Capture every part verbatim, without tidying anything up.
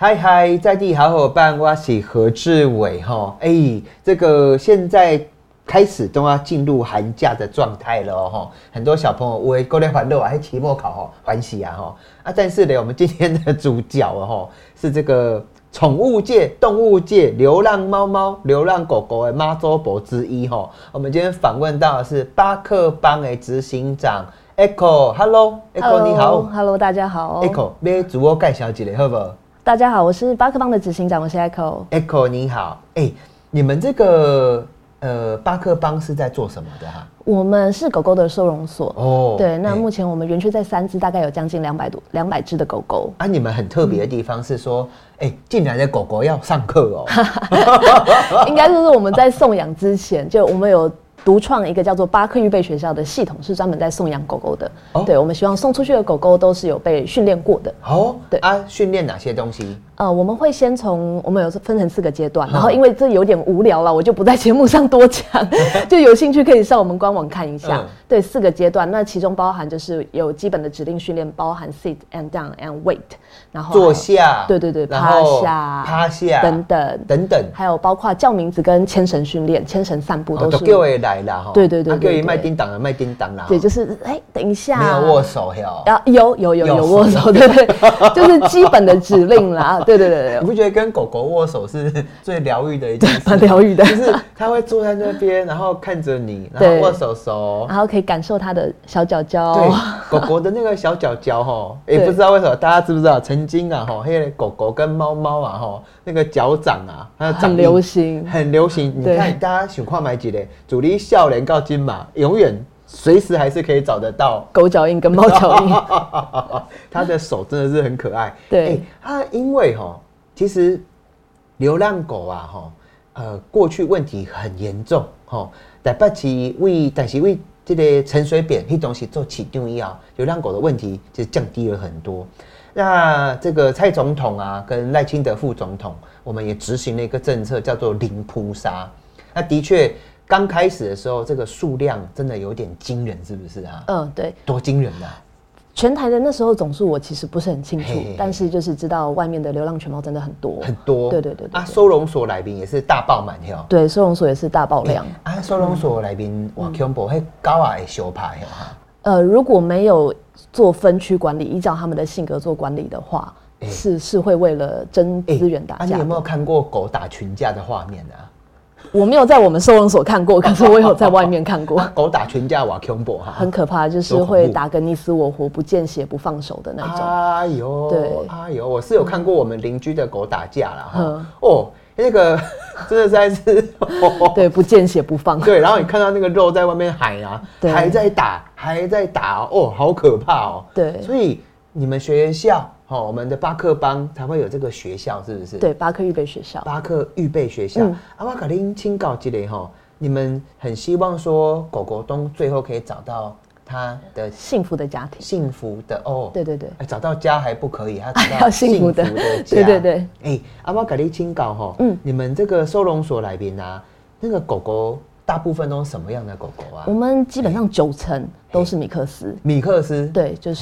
嗨嗨，在地好伙伴，我是何志伟哈。哎、欸，这个现在开始都要进入寒假的状态了哦。很多小朋友为过来欢乐啊，还期末考哈，欢喜啊哈啊！但是呢，我们今天的主角哦是这个宠物界、动物界流浪猫猫、流浪狗狗的妈祖婆之一哈。我们今天访问到的是巴克帮的执行长 Echo。Hello，Echo 你好。 Hello， 大家好。 Echo， 要自我介绍一下好不好？ 大家好，我是巴克帮的执行长，我是 Echo。Echo 你好，哎、欸，你们这个呃巴克帮是在做什么的哈？ 我们是狗狗的收容所哦。 对，那目前我们园区在三只，大概有将近两百多两百只的狗狗。 啊，你们很特别的地方是说，哎、嗯，进来的狗狗要上课哦。 应该就是我们在送养之前，就我们有独创一个叫做巴克预备学校的系统，是专门在送养狗狗的。哦、对，我们希望送出去的狗狗都是有被训练过的。 哦，对啊，训练哪些东西？ 呃，我们会先从我们有分成四个阶段，然后因为这有点无聊了，我就不在节目上多讲，就有兴趣可以上我们官网看一下。嗯、对，四个阶段，那其中包含就是有基本的指令训练，包含 sit and down and wait， 然后坐下， 对对对，趴下、 趴下等等等等， 还有包括叫名字跟牵绳训练、牵绳散步都是。 哦、都叫他来啦哈。 对对对， 叫他卖叮当了，卖叮当啦。 对，就是哎，等一下， 没有握手哟。 啊，有有有有握手，对对，就是基本的指令啦。对对对对， 你不觉得跟狗狗握手是最疗愈的一件事？ 蛮疗愈的， 就是它会坐在那边，然后看着你，然后握手手， 然后可以感受它的小脚脚。 对，狗狗的那个小脚脚哈，也不知道为什么，大家知不知道？曾经啊哈，那个狗狗跟猫猫啊哈，那个脚掌啊，它很流行， 很流行。你看，大家想看买几嘞？主力笑脸告金马，永远。随时还是可以找得到狗脚印跟猫脚印， 它的手真的是很可爱。 对， 欸、它因为哈，其实流浪狗啊哈，呃，过去问题很严重哈，但不是为，但是为这个陈水扁那东西做起定义啊，流浪狗的问题就降低了很多。那这个蔡总统啊，跟赖清德副总统，我们也执行了一个政策，叫做零扑杀。那的确。刚开始的时候，这个数量真的有点惊人，是不是啊？ 嗯，对， 多惊人啊！ 全台的那时候总数我其实不是很清楚，嘿嘿嘿，但是就是知道外面的流浪犬猫真的很多很多。 对对 对, 对啊，收容所来宾也是大爆满哟。 对，收容所也是大爆量。 欸、啊，收容所来宾哇，恐怖，迄狗啊会相拍哈。 呃，如果没有做分区管理，依照他们的性格做管理的话，欸、是是会为了争资源打架、欸啊。你有没有看过狗打群架的画面啊？ 我没有在我们收容所看过，可是我有在外面看过。 狗打群架哇，恐怖哈， 很可怕，就是会打个你死我活、不见血不放手的那种。 哎呦， 对， 哎呦，我是有看过我们邻居的狗打架啦。嗯、哦，那个真的实在是， 哦、对，不见血不放。 对，然后你看到那个肉在外面喊啊，还在打，还在打，哦，好可怕哦。 对， 所以你们学校。哦，我们的巴克帮才会有这个学校，是不是？ 对，巴克预备学校。 巴克预备学校，嗯、啊，我跟您请教一下哈，你们很希望说狗狗都最后可以找到它的幸福的家庭， 幸福的哦， 对对对， 哎，找到家还不可以，它找到幸福的家， 对对对。 哎，啊，我跟您请教哈，嗯，你们这个收容所来宾啊，那个狗狗大部分都是什么样的狗狗啊？ 我们基本上九成都是米克斯， 米克斯， 对，就是。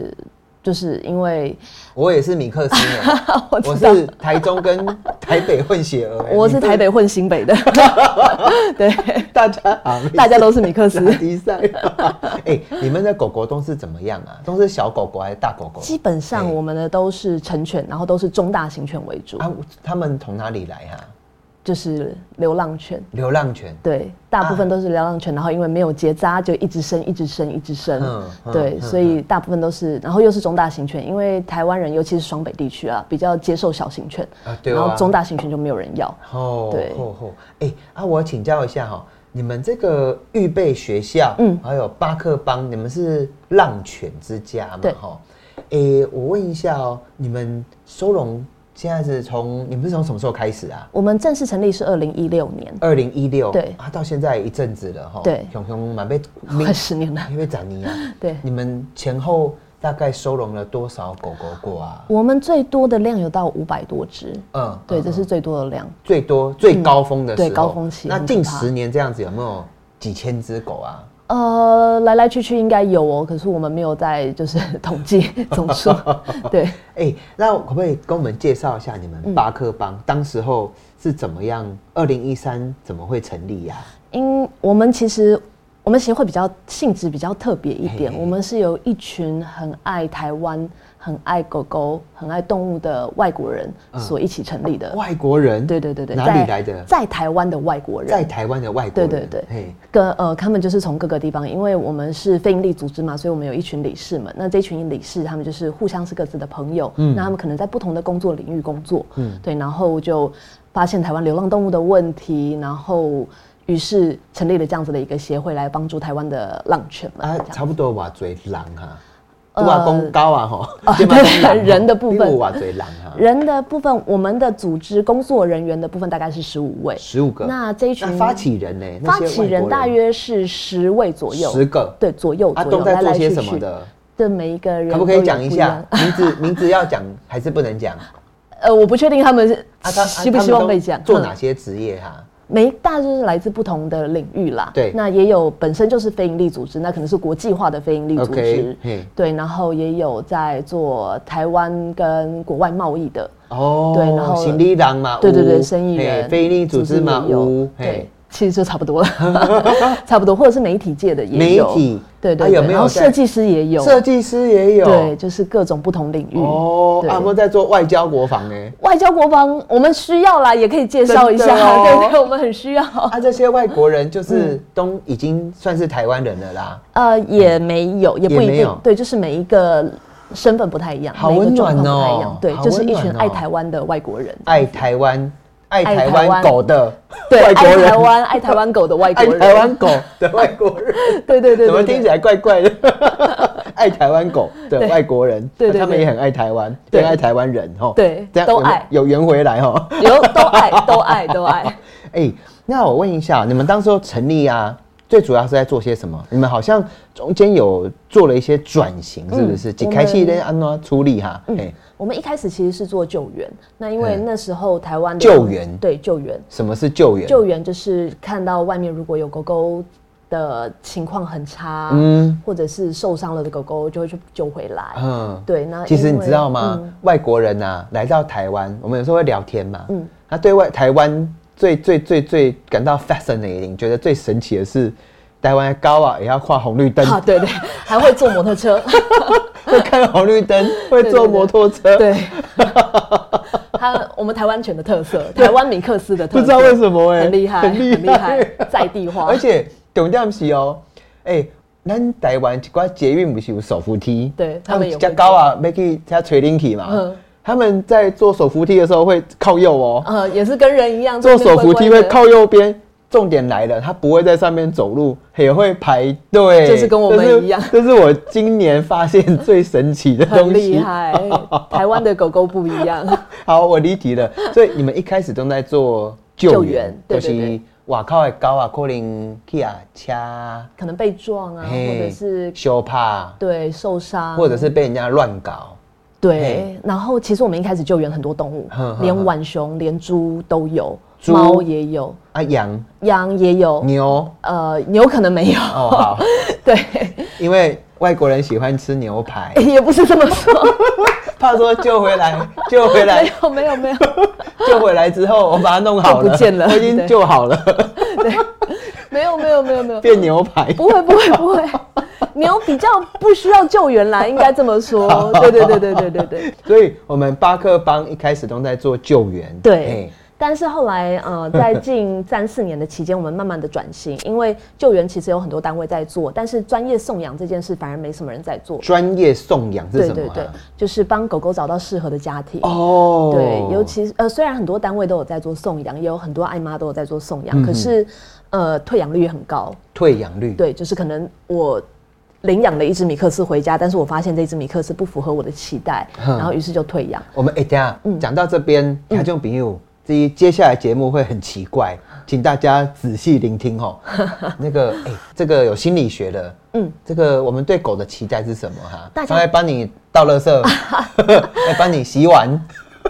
就是因为我也是米克斯我, 我是台中跟台北混血儿， 我是台北混新北的，对， 大家好， 大家都是米克斯比赛。哎，你们的狗狗都是怎么样啊？都是小狗狗还是大狗狗？ 基本上我们的都是成犬，然后都是中大型犬为主。 啊，他们从哪里来哈、啊？ 就是流浪犬， 流浪犬， 对，大部分都是流浪犬，啊、然后因为没有结扎，就一直生，一直生，一直生，嗯嗯、对，嗯、所以大部分都是，然后又是中大型犬，因为台湾人尤其是双北地区啊，比较接受小型犬，啊对啊、然后中大型犬就没有人要。哦，对， 哦哦，哎、欸、啊，我请教一下哈，你们这个预备学校，嗯，还有巴克帮，你们是浪犬之家嘛？对，哈，哎，我问一下哦，你们收容。现在是从你们是从什么时候开始啊？ 我们正式成立是二零一六年。 二零一六， 对啊，到现在一阵子了哈。 对， 熊熊蛮被快十年了， 因为长你啊。 对， 你们前后大概收容了多少狗狗过啊？ 我们最多的量有到五百多只。嗯，对，嗯、这是最多的量。 最多最高峰的时候， 嗯、对高峰期。 那近十年这样子有没有几千只狗啊？ 呃，来来去去应该有哦，可是我们没有在就是统计总数。对， 哎、欸，那可不可以跟我们介绍一下你们巴克帮、嗯、当时候是怎么样？二零一三怎么会成立呀、啊？ 因我们其实我们协会比较性质比较特别一点， hey, 我们是由一群很爱台湾、很爱狗狗、很爱动物的外国人所一起成立的。 嗯、外国人？ 对对对对， 哪里来的？ 在台湾的外国人， 在台湾的外国人。 对对对， hey. 跟呃，他们就是从各个地方，因为我们是非营利组织嘛，所以我们有一群理事们。那这群理事他们就是互相是各自的朋友，嗯，那他们可能在不同的工作领域工作，嗯，对，然后就发现台湾流浪动物的问题，然后。于是成立了这样子的一个协会来帮助台湾的浪犬们。 啊，差不多偌侪狼哈，都话公高啊吼。 哦，对，人的部分。 有偌侪狼哈。 人的部分，我们的组织工作人员的部分大概是十五位。 十五个。 那这一群那发起人呢？ 发起人大约是十位左右。 十个。 对，左右左右。 啊，都在做些什么的？ 这每一个人可不可以讲一下名字？名字要讲还是不能讲？ 呃，我不确定他们希不希望被讲。 做哪些职业哈？ 每大就是来自不同的领域啦， 对， 那也有本身就是非营利组织，那可能是国际化的非营利组织， okay, 对，然后也有在做台湾跟国外贸易的， 哦， 对，然后生意人嘛， 对对对，生意人， 非营利组织嘛，有， 对。其实就差不多了，差不多，或者是媒体界的也有， 媒体， 对对对， 啊、有没有？ 然后设计师也有， 设计师也有， 对，就是各种不同领域。 哦，啊，有没有在做外交国防呢？ 外交国防我们需要啦，也可以介绍一下，哦、对对，我们很需要。 啊，这些外国人就是都已经算是台湾人了啦。 呃，也没有，也不一定，对，就是每一个身份不太一样， 好温暖哦， 对，就是一群爱台湾的外国人， 爱台湾。爱台湾狗的对， 外国人， 爱台湾爱台湾狗的外国人， 爱台湾狗的外国人， 对对对， 怎么听起来怪怪的？爱台湾狗的外国人，对对，他们也很爱台湾，也爱台湾人哈， 对，都爱， 有缘回来哈， 有都爱都爱都爱。 哎，那我问一下，你们当时成立啊，最主要是在做些什么？你们好像中间有做了一些转型，是不是？一开始在安怎处理哈？哎。 我们一开始其实是做救援，那因为那时候台湾的救援， 对救援， 什么是救援？ 救援就是看到外面如果有狗狗的情况很差，嗯，或者是受伤了的狗狗，就会去救回来。嗯，对。那其实你知道吗？嗯、外国人啊来到台湾，我们有时候会聊天嘛，嗯，他对外台湾最最最最感到 fascinating， 觉得最神奇的是台湾的高啊也要跨红绿灯啊，对对，还会坐摩托车。 会开红绿灯，会坐摩托车。 对，他我们台湾犬的特色，台湾米克斯的特色， 不知道为什么哎、欸， 很厉害，很厉害，在地化。 而且重点是哦，哎、欸，咱台湾一寡捷运不是有手扶梯？ 对，他们有加高啊，要去加垂铃器嘛。嗯，他们在坐手扶梯的时候会靠右哦。 呃，也是跟人一样， 坐手扶梯会靠右边。重点来了，他不会在上面走路，也会排队， 就是跟我们一样。 这是我今年发现最神奇的东西， 很厉害。台湾的狗狗不一样。 好，我离题了。所以你们一开始都在做救援， 对对对， 就是外口的狗啊，可能去啊车， 可能被撞啊，或者是羞怕， 对，受伤， 或者是被人家乱搞。 对，然后其实我们一开始救援很多动物，连浣熊、连猪都有。猫也有啊，羊羊也有， 牛呃牛可能没有哦，好， 对， 因为外国人喜欢吃牛排， 也不是这么说， 怕说救回来，救回来， 没有没有没有， 救回来之后我把它弄好了， 不见了， 我已经救好了， 对，没有没有没有没有变牛排， 不会不会不会，牛比较不需要救援啦，应该这么说，对对对对对对对， 所以我们巴克帮一开始都在做救援， 对。但是后来，呃，在近三四年的期间，我们慢慢的转型，因为救援其实有很多单位在做，但是专业送养这件事反而没什么人在做。 专业送养是什么、啊？ 对对对，就是帮狗狗找到适合的家庭。 哦， 对，尤其呃，虽然很多单位都有在做送养，也有很多爱妈都有在做送养，嗯、可是呃，退养率很高。 退养率？对， 就是可能我领养了一只米克斯回家，但是我发现这只米克斯不符合我的期待，嗯、然后于是就退养。 我们哎，等一下讲、嗯、到这边，听众朋友。这接下来节目会很奇怪，请大家仔细聆听哦。那个，哎、欸，这个有心理学的，嗯，这个我们对狗的期待是什么哈？它会帮你倒垃圾，会帮你洗碗，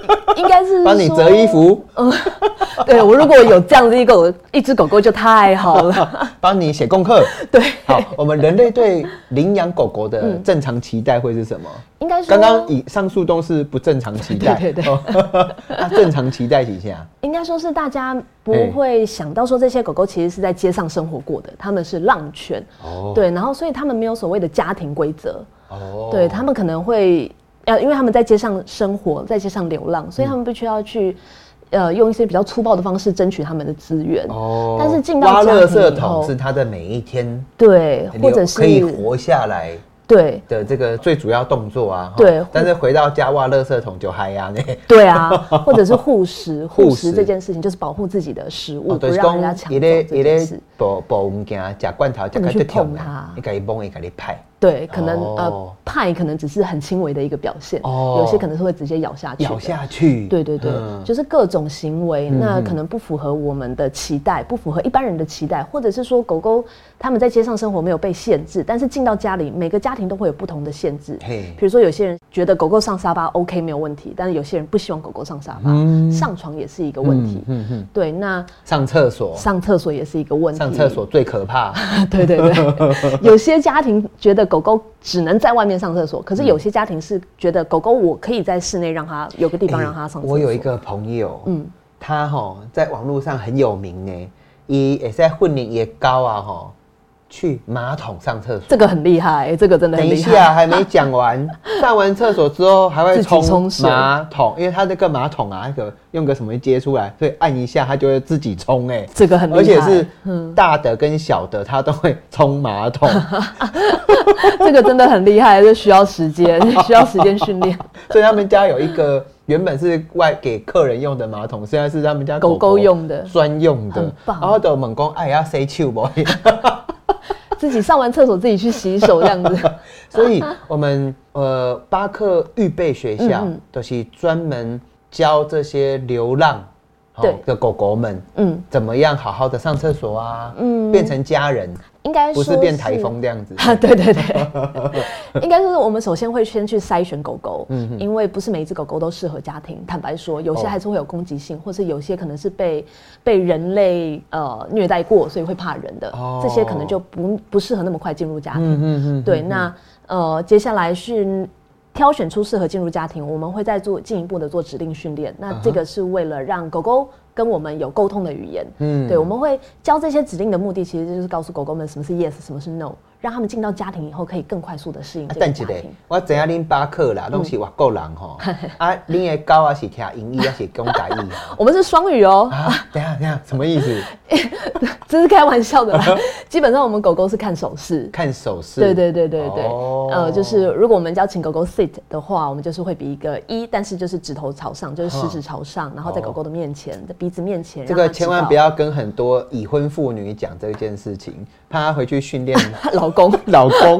应该是帮你折衣服。 嗯，对，我如果有这样子一个一只狗狗就太好了。 帮你写功课。 对， 好，我们人类对领养狗狗的正常期待会是什么？ 应该说， 刚刚以上述都是不正常期待。 对对对。 那正常期待几下？ 应该说是大家不会想到说这些狗狗其实是在街上生活过的，他们是浪犬。哦。对，然后所以他们没有所谓的家庭规则。哦。对，他们可能会呃，因为他们在街上生活，在街上流浪，所以他们必须要去。呃，用一些比较粗暴的方式争取他们的资源。哦。但是进到家庭以后， 挖垃圾桶是他的每一天。 对，或者是可以活下来。 对的这个最主要动作啊。 对。 但是回到家挖垃圾桶就嗨呀呢。 对啊，或者是护食，护食这件事情就是保护自己的食物，不让人家抢走这件事。 保保物件，吃罐头， 不能去碰它， 你给它摸，你给它拍。 对，可能、哦、呃派可能只是很轻微的一个表现，哦、有些可能是会直接咬下去。 咬下去。 对对对，嗯、就是各种行为，嗯、那可能不符合我们的期待，不符合一般人的期待，或者是说狗狗他们在街上生活没有被限制，但是进到家里，每个家庭都会有不同的限制。比如说有些人觉得狗狗上沙发 OK 没有问题，但是有些人不希望狗狗上沙发，嗯、上床也是一个问题。嗯嗯、对，那上厕所， 上厕所也是一个问题。 上厕所最可怕。 对对对，有些家庭觉得狗狗只能在外面上厕所，可是有些家庭是觉得狗狗我可以在室内让它有个地方让它上厕所。 我有一个朋友，嗯，他哈在网络上很有名呢，伊也是在混龄也高啊哈，去马桶上厕所。 这个很厉害，这个真的很厉害。 等一下还没讲完，上完厕所之后还会冲马桶，因为他那个马桶啊，那个用个什么接出来，所以按一下它就会自己冲哎， 这个很厉害， 而且是大的跟小的它都会冲马桶。 这个真的很厉害，就需要时间，需要时间训练。 所以他们家有一个原本是外给客人用的马桶，现在是他们家狗狗用的专用的。然后就问说哎要洗手不？ 自己上完厕所自己去洗手这样子。 所以我们呃巴克预备学校都、嗯嗯、是专门教这些流浪对的狗狗们，嗯，怎么样好好的上厕所啊，嗯，变成家人， 应该不是变台风这样子。 对对对，应该是我们首先会先去筛选狗狗，嗯，因为不是每一只狗狗都适合家庭。坦白说，有些还是会有攻击性，哦、或是有些可能是被被人类呃虐待过，所以会怕人的，哦、这些可能就不不适合那么快进入家庭。嗯嗯嗯，对，那呃接下来是。挑选出适合进入家庭，我们会再做进一步的做指令训练。那这个是为了让狗狗跟我们有沟通的语言。嗯，对，我们会教这些指令的目的，其实就是告诉狗狗们什么是 yes， 什么是 no， 让他们进到家庭以后可以更快速的适应这个家庭。啊、 我知影恁巴克啦，都是外国人吼。嗯、啊，恁的狗啊是听英语，还是讲台语？ 我们是双语哦。 啊，等一下等一下，什么意思？ 这是开玩笑的啦。基本上我们狗狗是看手势， 看手势。 对对对对对。哦、呃，就是如果我们要请狗狗 sit 的话，我们就是会比一个一，但是就是指头朝上，就是食指朝上，然后在狗狗的面前，在鼻子面前。 这个千万不要跟很多已婚妇女讲这件事情，怕她回去训练老公。 老公。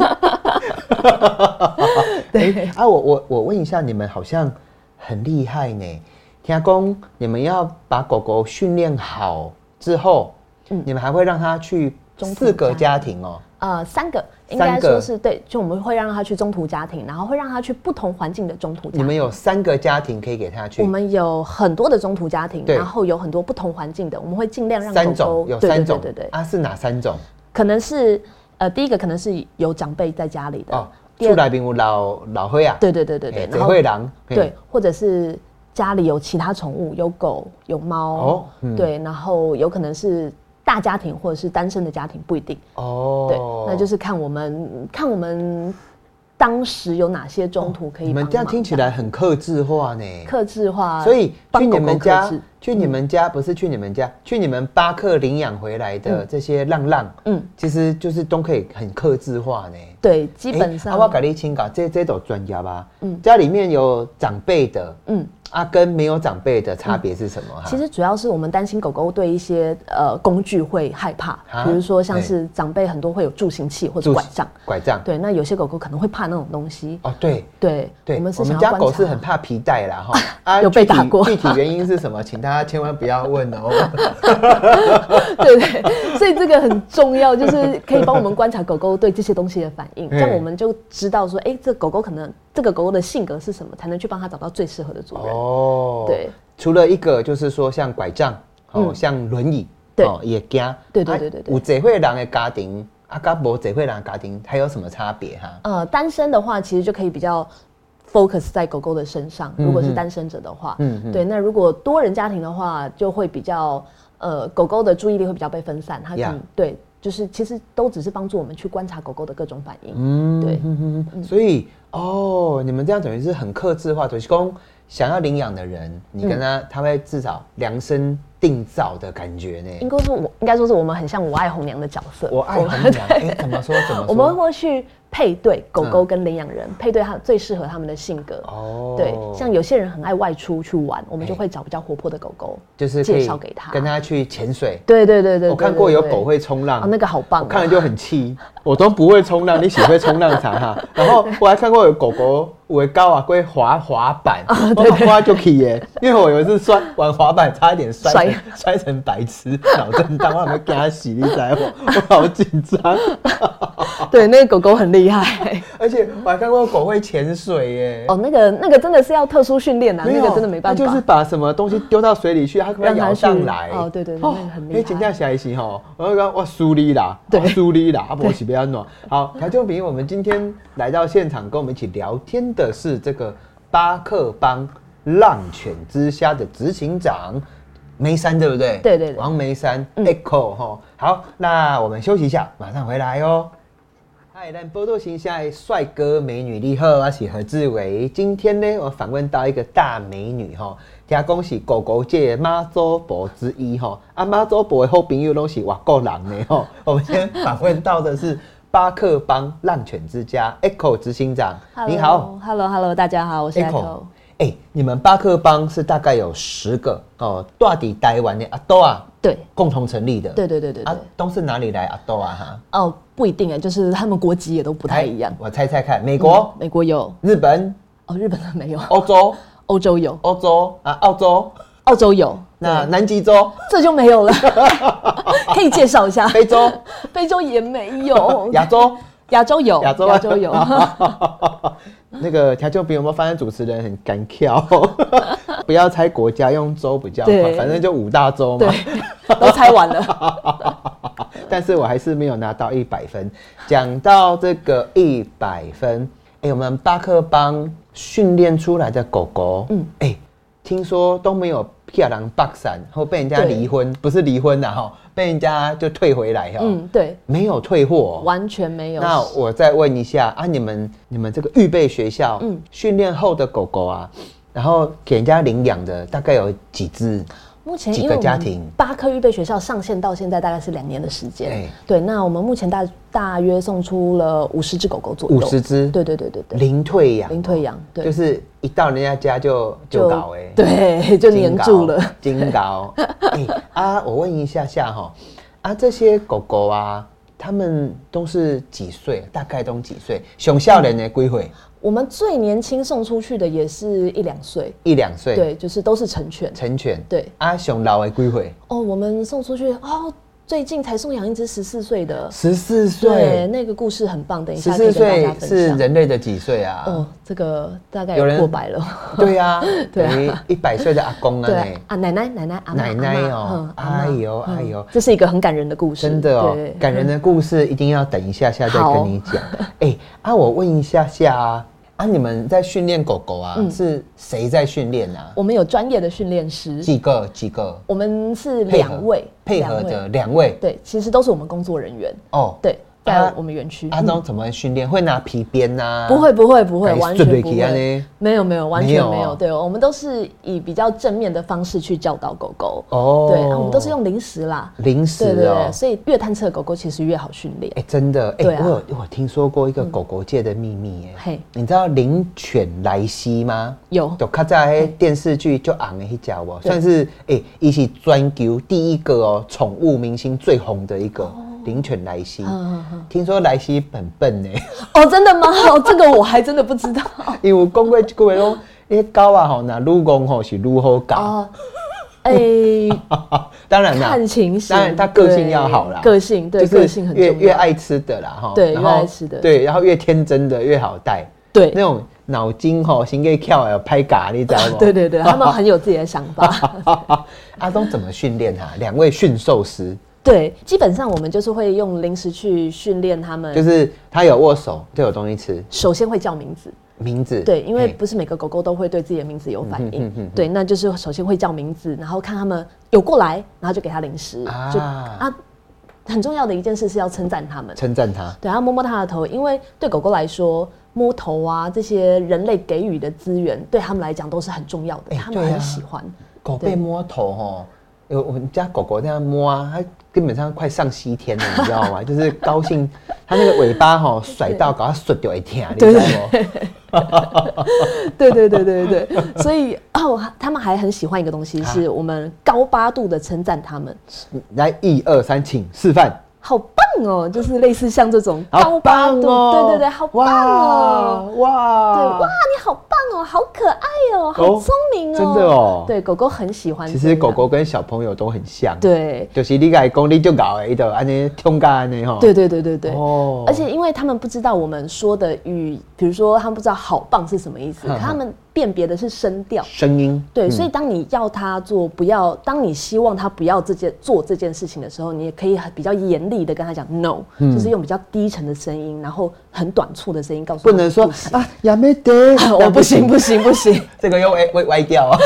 对、欸、啊，我我我问一下，你们好像很厉害呢。听说你们要把狗狗训练好之后，嗯，你们还会让它去四个家庭哦。 呃，三个应该说是对，就我们会让他去中途家庭，然后会让他去不同环境的中途家庭。 你们有三个家庭可以给他去？ 我们有很多的中途家庭，然后有很多不同环境的，我们会尽量让狗狗三种有三种， 对对对对。 啊，是哪三种？ 可能是呃，第一个可能是有长辈在家里的，哦， 厝内边有老老岁啊， 对对对对对， 然后会人对，或者是家里有其他宠物，有狗有猫，哦嗯、对，然后有可能是。大家庭或者是单身的家庭不一定哦，对，那就是看我们看我们当时有哪些中途可以帮忙。 你们这样听起来很客制化呢， 客制化， 所以去你们家，去你们家不是去你们家，去你们巴克领养回来的这些浪浪，嗯，其实就是都可以很客制化呢。 对，基本上。 欸、啊，我跟你请教，这这都专家吧？嗯，家里面有长辈的，嗯。啊，跟没有长辈的差别是什么？嗯、 其实主要是我们担心狗狗对一些呃工具会害怕，比如说像是长辈很多会有助行器或者拐杖， 拐杖。 对，那有些狗狗可能会怕那种东西。 哦，对对对， 我们是我们家狗是很怕皮带啦哈， 啊，有被打过。 具体原因是什么？请大家千万不要问哦。 对对，所以这个很重要，就是可以帮我们观察狗狗对这些东西的反应，这样我们就知道说，哎，这狗狗可能这个狗狗的性格是什么，才能去帮它找到最适合的主人。 哦， 对， 除了一个就是说像拐杖，哦，嗯、像轮椅， 对， 哦，也惊。 对对对对对。 有这会人的家庭，啊，跟无这会人的家庭，还有什么差别哈？ 呃，单身的话，其实就可以比较 focus 在狗狗的身上。如果是单身者的话，嗯，对。那如果多人家庭的话，就会比较呃，狗狗的注意力会比较被分散，它可能、yeah. 对。就是其实都只是帮助我们去观察狗狗的各种反应，嗯，对， 嗯嗯、所以哦，你们这样等于是很客制化，就是说想要领养的人，你跟他、嗯、他会至少量身定造的感觉呢。 应该说我应该说是我们很像我爱红娘的角色， 我爱红娘，哎、欸，怎么说怎么说？ 我们会去配对狗狗跟领养人，嗯、配对它最适合他们的性格。哦，对，像有些人很爱外出去玩，我们就会找比较活泼的狗狗， 就是介绍给他， 跟他去潜水。 对对对对， 我看过有狗会冲浪， 哦，那个好棒、啊， 我看了就很气。我都不会冲浪，你喜会冲浪场哈？然后我还看过有狗狗会高啊，会滑滑板，啊、对对，滑就可以耶。因为我有一次摔玩滑板，差一点摔成摔成白痴，脑震荡，我还没给他洗，你知我，我好紧张。 对，那个狗狗很厉害， 而且我还看过狗会潜水耶。 哦，那个那个真的是要特殊训练啊，那个真的没办法。 它就是把什么东西丢到水里去，它可以摇上来。 哦，对对对，哦、那个很厉害。哎，真正下一期哈，我讲我输你啦，对，输你啦，啊不是不要弄。好，条件比我们今天来到现场跟我们一起聊天的是这个巴克邦浪犬之家的执行长梅山，对不对？ 对对对， 王梅山、嗯、Echo 哈。好，那我们休息一下，马上回来哦。嗨，咱波多形象的帅哥美女你好，我是何志伟。今天呢，我访问到一个大美女哈，听讲是狗狗界妈祖婆之一哈。啊，妈祖婆的好朋友都是外国人呢哈。我们先访问到的是巴克邦浪犬之家 Echo 执行长，你好 ，Hello Hello， 大家好，我是 Echo。 哎、欸，你们巴克邦是大概有十个哦，大抵台湾的阿斗啊， 对， 共同成立的， 对对对对对， 啊，都是哪里来阿斗啊哈？ 哦，不一定哎，就是他们国籍也都不太一样。 我猜猜看，美国， 嗯、美国有， 日本， 哦，日本的没有， 欧洲， 欧洲有， 欧洲啊，澳洲， 澳洲有， 那南极洲这就没有了，可以介绍一下。 非洲， 非洲也没有， 亚洲。 亚洲有， 亚洲亚洲有。 那个调酒饼有没有发现主持人很敢跳？不要猜国家，用州比较快，反正就五大洲嘛。 对，都猜完了。 但是我还是没有拿到一百分。讲到这个一百分，哎、欸，我们巴克邦训练出来的狗狗，嗯，哎、欸，听说都没有骗人爆散，或被人家离婚，不是离婚啦哈。被人家就退回来哈， 嗯，对， 没有退货、哦， 完全没有。 那我再问一下啊，你们你们这个预备学校，嗯，训练后的狗狗啊，然后给人家领养的大概有几只？ 目前几个家庭？ 巴克预备学校上线到现在大概是两年的时间。欸、对，那我们目前大大约送出了五十只狗狗左右。 五十只？ 对对对对对。 零退养。 零退养，对。 就是一到人家家就就搞哎、 欸。对，就黏住了。 金搞。哎、欸、啊，我问一下下哈，啊这些狗狗啊，他们都是几岁？大概都几岁？上少年的几岁？ 我们最年轻送出去的也是一两岁， 一两岁， 对，就是都是成犬， 成犬， 对。 啊，上老的几岁？ 哦，我们送出去哦，最近才送养一只十四岁的， 十四岁， 对，那个故事很棒，等一下可以跟大家分享。 是人类的几岁啊？ 哦，这个大概有过百了。 对呀、啊，对啊，一百岁的阿公呢？ 对啊，奶奶，奶奶，阿奶奶哦，哎呦，哎呦， 这是一个很感人的故事， 真的哦，感人的故事一定要等一下下再跟你讲。哎，啊，我问一下下啊。啊！你们在训练狗狗啊？嗯、是谁在训练啊？ 我们有专业的训练师， 几个？几个？ 我们是两位配合的两位， 对，其实都是我们工作人员哦，对。在我们园区， 阿忠怎么训练？会拿皮鞭呐？ 不会，不会，不会，完全不会。没有，没有，完全没有。对，我们都是以比较正面的方式去教导狗狗。哦，对，我们都是用零食啦， 零食对对对，所以越贪吃的狗狗其实越好训练。 哎，真的，哎，我有我听说过一个狗狗界的秘密，哎，嘿，你知道灵犬莱西吗？ 有， 就看在电视剧就昂的一家哦，算是哎，一起专球第一个哦，宠物明星最红的一个。灵犬莱西，嗯嗯、听说莱西很笨呢。 哦，真的吗？哦，这个我还真的不知道。 因为我讲过一句话说，那些狗啊吼，那愈讲吼是愈好教。哦，哎、欸，当然啦， 看情形， 当然他个性要好啦， 个性对， 就是个性很重要， 越越爱吃的啦哈， 对，越爱吃的， 对，然后越天真的越好带， 对， 那种脑筋吼，先给跳有拍嘎，你知道吗？ 对对对，他们很有自己的想法。 阿东怎么训练他？两位驯兽师。 对，基本上我们就是会用零食去训练他们， 就是他有握手就有东西吃。 首先会叫名字， 名字对，因为不是每个狗狗都会对自己的名字有反应，嗯、对，那就是首先会叫名字，然后看他们有过来，然后就给他零食，啊就啊。很重要的一件事是要称赞他们， 称赞他， 对，要摸摸他的头，因为对狗狗来说，摸头啊这些人类给予的资源，对他们来讲都是很重要的，欸、他们很喜欢。啊、 狗被摸头哦。有我们家狗狗那样摸啊，它根本上快上西天了，你知道吗？就是高兴，它那个尾巴哈、喔、甩到，搞它甩掉一天，你知道吗？ 对对对对对对，所以哦，他们还很喜欢一个东西，是我们高八度的称赞他们。 来，一二三，请示范。 好棒哦，就是类似像这种高八度，哦、对对对，好棒哦，哇，对哇，你好棒哦，好可爱哦，好聪明哦， 真的哦， 对，狗狗很喜欢。 其实狗狗跟小朋友都很像， 对， 就是你改功力就搞的，的安尼通干安尼哈。 对对对对对，哦，而且因为他们不知道我们说的语，比如说他们不知道好棒是什么意思，可他们辨别的是声调、 声音。 对，嗯、所以当你要他做不要，当你希望他不要这件做这件事情的时候，你也可以比较严厉的跟他讲 no，、嗯、就是用比较低沉的声音，然后很短促的声音告诉他。 不能说啊，亚美得， 我不行不行不行， 这个又会歪掉啊。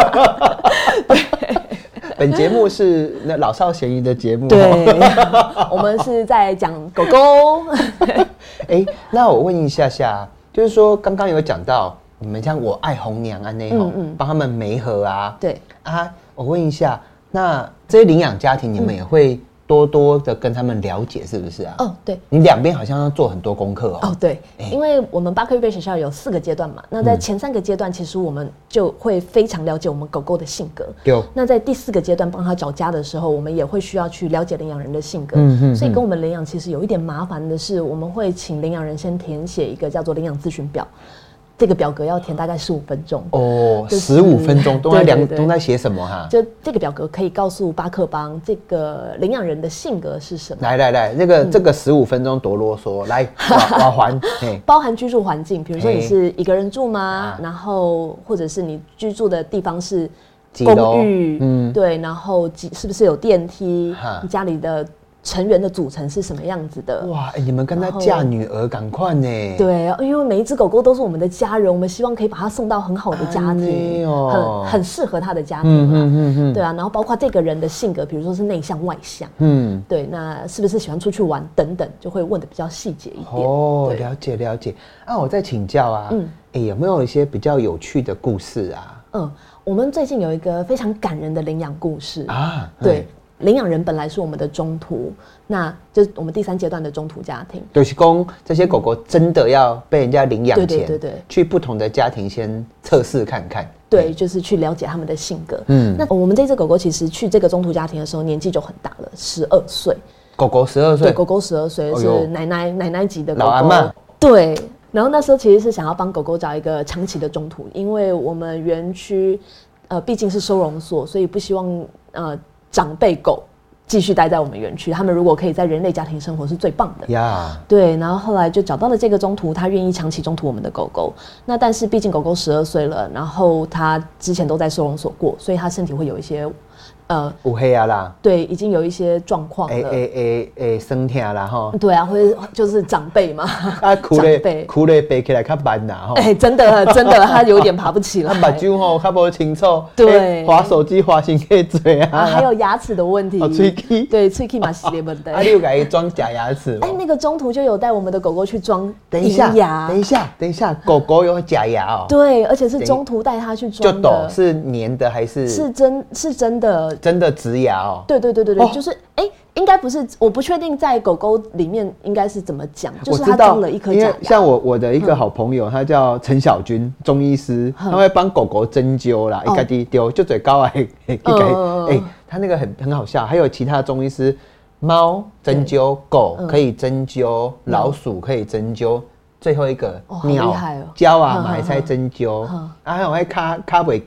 本节目是那老少咸宜的节目， 对，我们是在讲狗狗。 哎、欸，那我问一下下，就是说刚刚有讲到你们像我爱红娘啊那种，帮他们媒合啊， 对啊， 我问一下，那这些领养家庭你们也会多多的跟他们了解，是不是啊？ 哦，对， 你两边好像要做很多功课哦。 哦，对，欸、因为我们巴克预备学校有四个阶段嘛，那在前三个阶段，其实我们就会非常了解我们狗狗的性格。有。那在第四个阶段帮他找家的时候，我们也会需要去了解领养人的性格。嗯嗯。所以跟我们领养其实有一点麻烦的是，我们会请领养人先填写一个叫做领养咨询表。这个表格要填大概十五分钟哦，十五、就是、分钟都在量都在写什么哈？ 就这个表格可以告诉巴克邦这个领养人的性格是什么。 来来来，那个、嗯、这个十五分钟多啰嗦，来我还包含居住环境，比如说你是一个人住吗？然后或者是你居住的地方是公寓，嗯，对，然后是不是有电梯？你家里的成员的组成是什么样子的？ 哇，欸、你们跟他嫁女儿赶快呢？ 对，因为每一只狗狗都是我们的家人，我们希望可以把它送到很好的家庭，哦、很很适合他的家庭嘛。嗯嗯嗯对啊，然后包括这个人的性格，比如说是内向外向，嗯，对，那是不是喜欢出去玩等等，就会问的比较细节一点。 哦，了解了解。啊，我再请教啊，嗯，哎、欸，有没有一些比较有趣的故事啊？ 嗯，我们最近有一个非常感人的领养故事啊，对。领养人本来是我们的中途，那就是我们第三阶段的中途家庭。 就是说，这些狗狗真的要被人家领养前， 对对对对， 去不同的家庭先测试看看。 对，就是去了解他们的性格。嗯，那我们这只狗狗其实去这个中途家庭的时候，年纪就很大了，十二岁。 狗狗十二岁， 对，狗狗十二岁是奶奶、哦、奶奶级的狗狗。 老阿嬷。 对，然后那时候其实是想要帮狗狗找一个长期的中途，因为我们园区呃毕竟是收容所，所以不希望呃。长辈狗继续待在我们园区，他们如果可以在人类家庭生活是最棒的呀。Yeah. 对，然后后来就找到了这个中途，他愿意长期中途我们的狗狗。那但是毕竟狗狗十二岁了，然后他之前都在收容所过，所以他身体会有一些呃乌黑啊啦， 对，已经有一些状况了， 诶诶诶诶，生疼啦哈。 对啊，会就是长辈嘛， 啊，哭咧哭咧，爬起来较慢啦哈。 哎、欸，真的真的，他有点爬不起来。 他目睭吼较不清楚， 对， 滑手机滑成个嘴啊， 还有牙齿的问题， 哦，喙齿， 对，喙齿嘛是咧问题。 啊，你有给他装假牙齿？ 哎，那个中途就有带我们的狗狗去装等一下牙， 等一下，等一下，狗狗有假牙哦。 对，而且是中途带它去装的。 就抖是粘的还是？ 是真，是真的， 真的植牙哦。 对对对对对，哦、就是哎。欸应该不是，我不确定在狗狗里面应该是怎么讲，就是他装了一颗假牙。 因为像我我的一个好朋友，嗯、他叫陈小军，中医师，嗯、他会帮狗狗针灸啦，一个滴丢就嘴高啊，一个哎，他那个很很好笑。还有其他中医师，猫针灸，狗可以针灸，嗯、老鼠可以针灸。最后一个、 哦、 鸟、 哦、 鸟啊，嘛会使针灸，啊，还有迄骹骹袂行，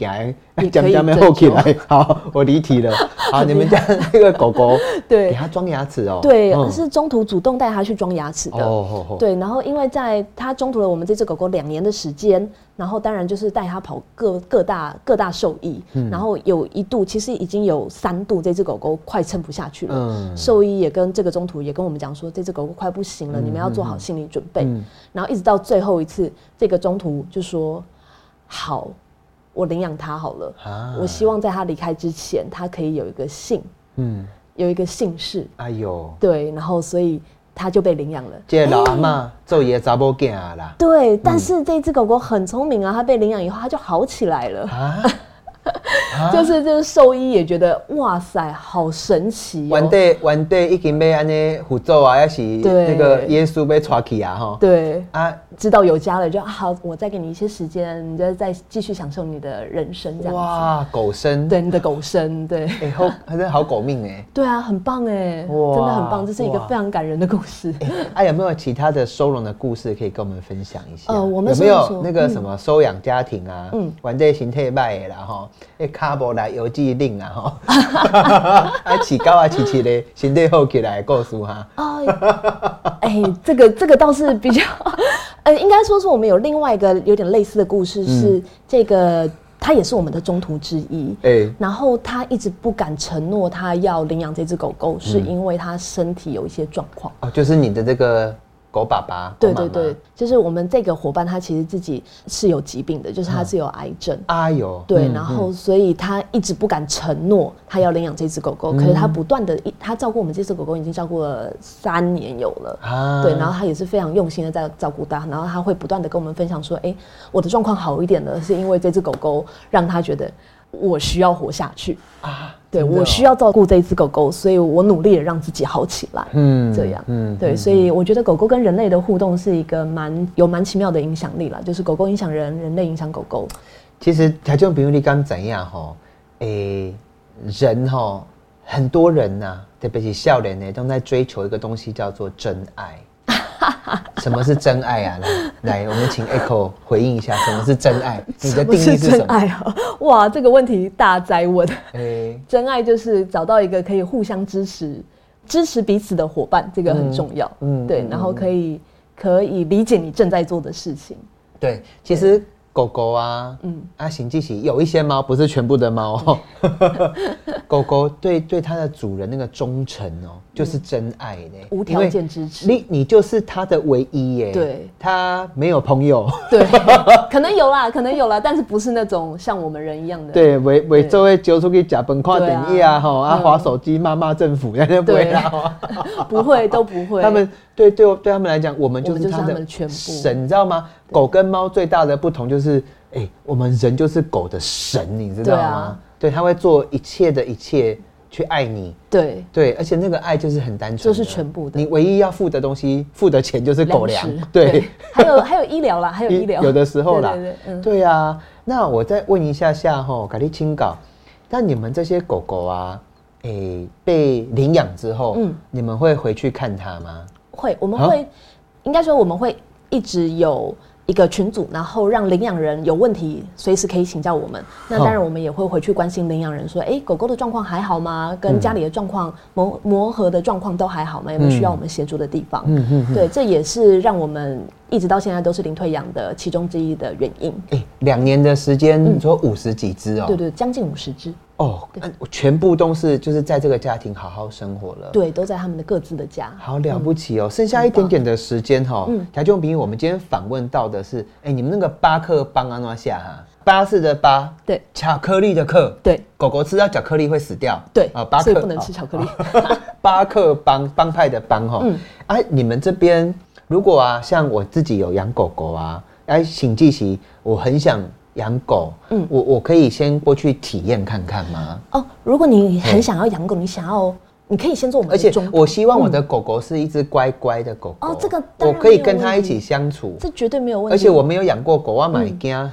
讲讲没后起来，好，我离题了。好，你们家那个狗狗，对，给它装牙齿哦。 对，嗯、是中途主动带它去装牙齿的。哦哦哦。对，然后因为在它中途了我们这只狗狗两年的时间，然后当然就是带它跑各各大各大兽医、嗯，然后有一度其实已经有三度这只狗狗快撑不下去了。嗯。兽医也跟这个中途也跟我们讲说，这只狗狗快不行了，嗯、你们要做好心理准备。嗯、然后一直到最后一次，这个中途就说好。我领养它好了、啊，我希望在它离开之前，它可以有一个姓，嗯，有一个姓氏。哎呦，对，然后所以它就被领养了。 这老阿嬷做爷查某囝啦。 对，但是这只狗狗很聪明啊，它被领养以后，它就好起来了。啊就是就是兽医也觉得哇塞，好神奇哦！ 原地原地已经要安尼辅助啊，还是那个耶稣被抓去啊哈？ 对啊，知道有家了就好，我再给你一些时间，你再再继续享受你的人生这样子。 哇，狗生， 对你的狗生，对， 哎、欸，好，还是好狗命哎。 对啊，很棒哎，真的很棒，这是一个非常感人的故事。 哎、欸啊，有没有其他的收容的故事可以跟我们分享一下？呃，我们有没有那个什么收养家庭啊？嗯，原地形态歹的啦哈，哎，卡无来邮寄令啦哈，啊，饲狗啊，饲饲的身体好起来的故事哈。哦， 哎、欸，这个这个倒是比较，呃，应该说是我们有另外一个有点类似的故事，是、嗯、这个。他也是我们的中途之一，欸、然后他一直不敢承诺他要领养这只狗狗，嗯、是因为他身体有一些状况。 哦，就是你的这个狗爸爸， 对对对，就是我们这个伙伴，他其实自己是有疾病的，就是他是有癌症。哎呦，对，嗯、然后所以他一直不敢承诺他要领养这只狗狗，嗯、可是他不断的，他照顾我们这只狗狗已经照顾了三年有了，啊、对，然后他也是非常用心的在照顾它，然后他会不断的跟我们分享说，哎，我的状况好一点了，是因为这只狗狗让他觉得我需要活下去啊。对、哦、我需要照顾这一只狗狗，所以我努力的让自己好起来。嗯，这样，嗯，对，所以我觉得狗狗跟人类的互动是一个蛮有蛮奇妙的影响力啦，就是狗狗影响人，人类影响狗狗。 其实条件比如你刚怎样哈，诶，人哈，很多人呐、啊，特别是少年呢，都在追求一个东西叫做真爱。什么是真爱啊？来，来，我们请 Echo 回应一下，什么是真爱？你的定义是什么？ 真爱啊！哇，这个问题大哉问。欸、真爱就是找到一个可以互相支持、支持彼此的伙伴，这个很重要。嗯，对，嗯、然后可以可以理解你正在做的事情。 对，其实狗狗啊，嗯，啊，行记喜有一些猫，不是全部的猫。狗狗对对它的主人那个忠诚哦，就是真爱呢， 无条件支持。 你你就是它的唯一耶，对，它没有朋友， 对，可能有啦，可能有啦，但是不是那种像我们人一样的， 对，每每周会揪出去假本看电影啊，哈，啊，滑手机骂骂政府，那就不会啦， 不会都不会。 他们对对对他们来讲，我们就是他的全部神，你知道吗？狗跟猫最大的不同就是，哎、欸，我们人就是狗的神，你知道吗？对啊，对，他会做一切的一切去爱你。对对，而且那个爱就是很单纯， 就是全部的。 你唯一要付的东西、付的钱就是狗粮。对， 对还有还有医疗啦，还有医疗。 有的时候啦，对对对，嗯、对啊。那我再问一下下哈，咖喱清稿，那你们这些狗狗啊，哎、欸，被领养之后，嗯，你们会回去看它吗？ 会，我们会，啊、应该说我们会一直有一个群组，然后让领养人有问题随时可以请教我们。那当然我们也会回去关心领养人说，哎、欸，狗狗的状况还好吗？跟家里的状况磨磨合的状况都还好吗？有没有需要我们协助的地方？嗯嗯，对，这也是让我们一直到现在都是零退养的其中之一的原因。 哎、欸，两年的时间，你说五十几只哦？ 对对，将近五十只。 哦，全部都是就是在这个家庭好好生活了， 对，都在他们的各自的家， 好了不起哦。嗯、剩下一点点的时间哈，条件比我们今天访问到的是，哎、欸，你们那个巴克邦安诺下哈，巴士的巴，对，巧克力的克，对，狗狗吃到巧克力会死掉， 对啊，巴克所以不能吃巧克力。 巴克邦帮派的帮哈，嗯，啊，你们这边如果啊，像我自己有养狗狗啊，哎，请记起，我很想养狗，嗯，我我可以先过去体验看看吗？ 哦，如果你很想要养狗，你想要，你可以先做我们的中途，而且我希望我的狗狗是一只乖乖的狗狗。哦，这个我可以跟它一起相处， 这绝对没有问题。 而且我没有养过狗，我买惊、嗯、嘿，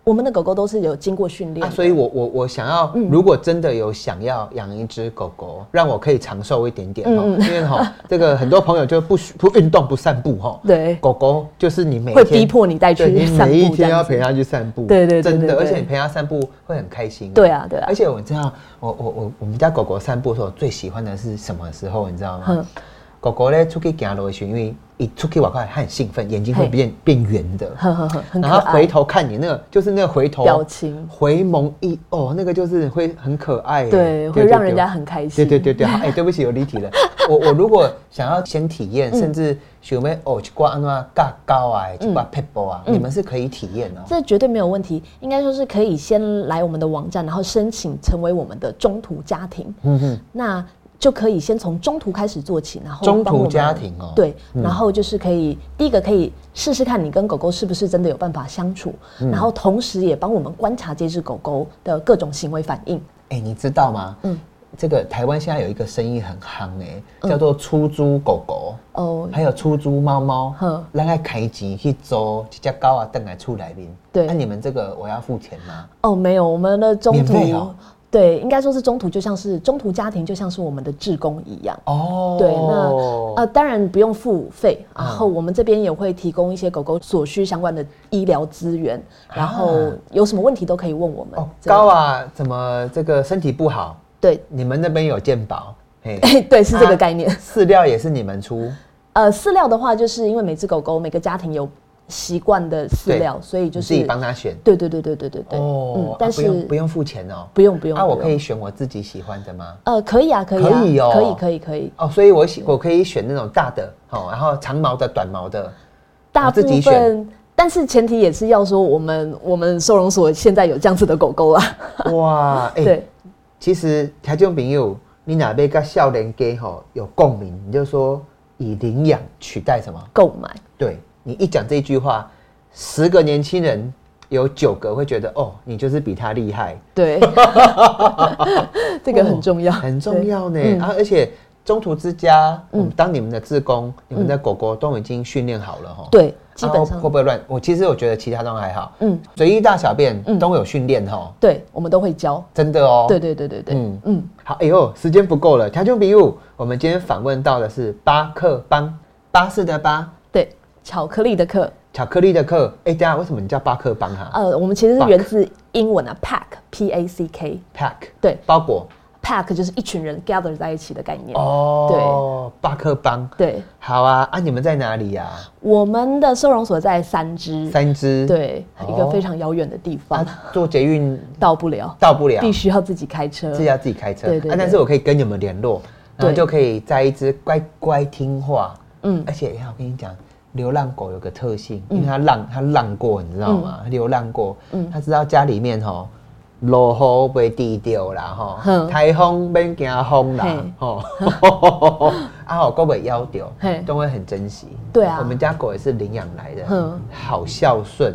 我们的狗狗都是有经过训练、啊， 所以我我我想要、嗯，如果真的有想要养一只狗狗，让我可以长寿一点点、嗯、因为哈，这个很多朋友就不不运动不散步哈， 对， 狗狗就是你每天会逼迫你带去散步， 你每一天要陪它去散步， 对对对， 真的，而且你陪它散步会很开心、啊， 对啊对啊， 而且我知道，我我我我们家狗狗散步的时候最喜欢的是什么时候，你知道吗？嗯、狗狗咧出去走路的时候，因为一出去外块，它很兴奋，眼睛会变变圆的， 呵呵呵， 然后回头看你那个，就是那个回头表情， 回眸一哦，那个就是会很可爱， 对，会让人家很开心。 对对对对，哎、欸，对不起，有离题了。我我如果想要先体验，甚至想要哦去挂安怎尬高啊，去挂 pebble 啊，你们是可以体验哦， 这绝对没有问题。应该说是可以先来我们的网站，然后申请成为我们的中途家庭。嗯哼，那。就可以先从中途开始做起，然后中途家庭哦， 对、嗯，然后就是可以第一个可以试试看你跟狗狗是不是真的有办法相处，嗯、然后同时也帮我们观察这只狗狗的各种行为反应。 哎、欸，你知道吗？嗯，这个台湾现在有一个生意很夯哎、欸，叫做出租狗狗哦、嗯，还有出租猫猫，嗯，让它开钱去租一只狗啊，等来厝来面。对，那、啊、你们这个我要付钱吗？ 哦，没有，我们的中途。 免费哦。 对，应该说是中途，就像是中途家庭，就像是我们的志工一样。哦，对，那呃，当然不用付费，然后我们这边也会提供一些狗狗所需相关的医疗资源，然后有什么问题都可以问我们。 哦，高啊，怎么这个身体不好？ 对， 你们那边有健保？ 哎，对，是这个概念。 啊、饲料也是你们出？ 呃，饲料的话，就是因为每只狗狗每个家庭有习惯的饲料，所以就是自己帮他选。 对对对对对对对。 哦，嗯、但是、啊、不用不用付钱哦。 不用不用。 啊，我可以选我自己喜欢的吗？ 呃，可以啊，可以啊， 可以哦， 可以可以可以。 哦，所以我我可以选那种大的哦，然后长毛的、短毛的， 大部分。但是前提也是要说，我们我们收容所现在有这样子的狗狗啦。 哇，哎、欸，对，其实听众朋友，你哪边跟少年家吼有共鸣，你就说以领养取代什么购买？ 对。你一讲这句话，十个年轻人有九个会觉得哦，你就是比他厉害。 对，这个很重要， 哦、很重要呢、嗯、啊！而且中途之家，嗯，当你们的志工、嗯，你们的狗狗都已经训练好了哈。 对，基本上会不会乱？我其实我觉得其他都还好，嗯，随意大小便都有训练哈。 对，我们都会教， 真的哦。 对对对对对，嗯嗯。 好，哎呦，时间不够了，听众朋友，我们今天访问到的是巴克邦，巴士的巴， 对。巧克力的克， 巧克力的克，哎、欸，等一下为什么你叫巴克邦哈？ 呃，我们其实是源自英文啊 ，pack p a c k，pack， 对，包裹 ，pack 就是一群人 gather 在一起的概念。 哦，对，巴克邦， 对， 好啊，啊，你们在哪里呀、啊？ 我们的收容所在三芝， 三芝， 对，哦、一个非常遥远的地方， 啊、坐捷运到不了， 到不了， 必须要自己开车， 自己要自己开车， 对 对, 对、 啊，但是我可以跟你们联络，然后就可以在一只乖乖听话，嗯，而且我跟你讲。流浪狗有个特性，因为它浪，它浪过，你知道吗？嗯、流浪过，嗯，它知道家里面吼，落雨袂滴掉啦，吼，台风免惊风啦，吼，啊吼，狗袂咬掉，都会很珍惜。 对啊， 我们家狗也是领养来的，好孝顺。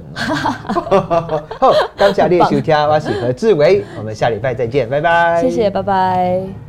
好，感谢你的收听，我是何志伟，我们下礼拜再见，拜拜。 谢谢，拜拜。